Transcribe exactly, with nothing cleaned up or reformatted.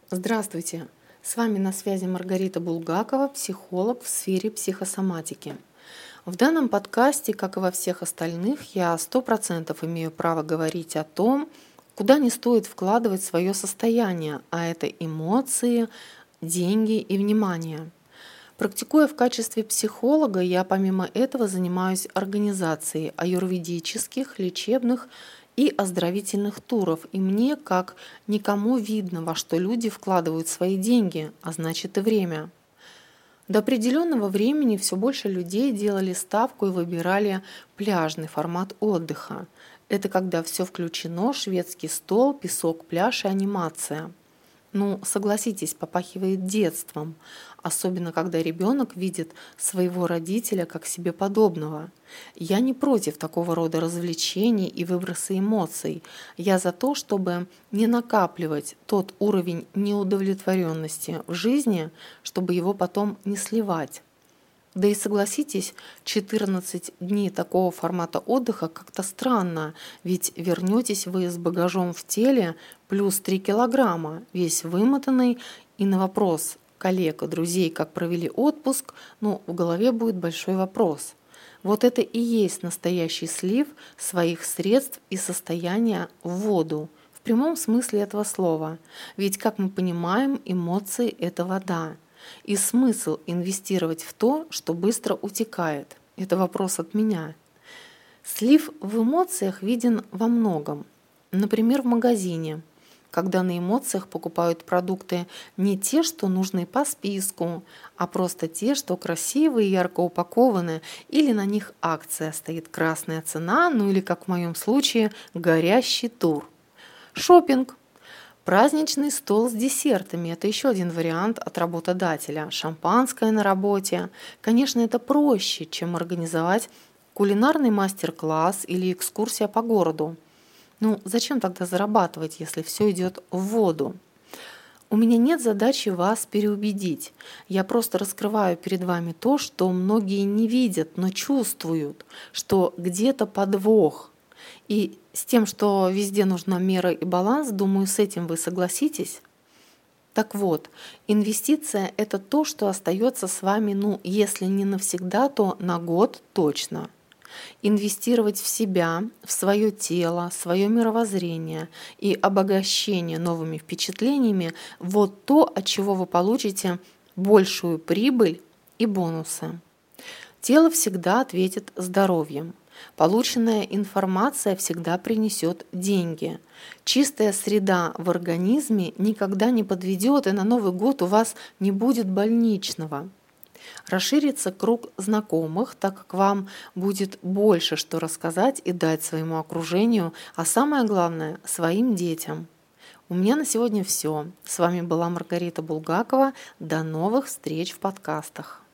Здравствуйте! С вами на связи Маргарита Булгакова, психолог в сфере психосоматики. В данном подкасте, как и во всех остальных, я сто процентов имею право говорить о том, куда не стоит вкладывать свое состояние, а это эмоции, деньги и внимание. Практикуя в качестве психолога, я помимо этого занимаюсь организацией аюрведических, лечебных и оздоровительных туров. И мне, как никому, видно, во что люди вкладывают свои деньги, а значит и время. До определенного времени все больше людей делали ставку и выбирали пляжный формат отдыха. Это когда все включено: шведский стол, песок, пляж и анимация. Ну, согласитесь, попахивает детством, особенно когда ребенок видит своего родителя как себе подобного. Я не против такого рода развлечений и выброса эмоций. Я за то, чтобы не накапливать тот уровень неудовлетворенности в жизни, чтобы его потом не сливать. Да и согласитесь, четырнадцать дней такого формата отдыха как-то странно, ведь вернетесь вы с багажом в теле плюс три килограмма, весь вымотанный, и на вопрос коллег и друзей, как провели отпуск, ну, в голове будет большой вопрос. Вот это и есть настоящий слив своих средств и состояния в воду, в прямом смысле этого слова. Ведь, как мы понимаем, эмоции – это вода. И смысл инвестировать в то, что быстро утекает. Это вопрос от меня. Слив в эмоциях виден во многом. Например, в магазине, когда на эмоциях покупают продукты не те, что нужны по списку, а просто те, что красивые и ярко упакованы, или на них акция, стоит красная цена, ну или, как в моем случае, горящий тур. Шопинг. Праздничный стол с десертами – это еще один вариант от работодателя. Шампанское на работе. Конечно, это проще, чем организовать кулинарный мастер-класс или экскурсия по городу. Ну, зачем тогда зарабатывать, если все идет в воду? У меня нет задачи вас переубедить. Я просто раскрываю перед вами то, что многие не видят, но чувствуют, что где-то подвох. И с тем, что везде нужна мера и баланс, думаю, с этим вы согласитесь. Так вот, инвестиция – это то, что остается с вами, ну, если не навсегда, то на год точно. Инвестировать в себя, в свое тело, свое мировоззрение и обогащение новыми впечатлениями – вот то, от чего вы получите большую прибыль и бонусы. Тело всегда ответит здоровьем. Полученная информация всегда принесет деньги. Чистая среда в организме никогда не подведет, и на Новый год у вас не будет больничного. Расширится круг знакомых, так как вам будет больше что рассказать и дать своему окружению, а самое главное – своим детям. У меня на сегодня все. С вами была Маргарита Булгакова. До новых встреч в подкастах.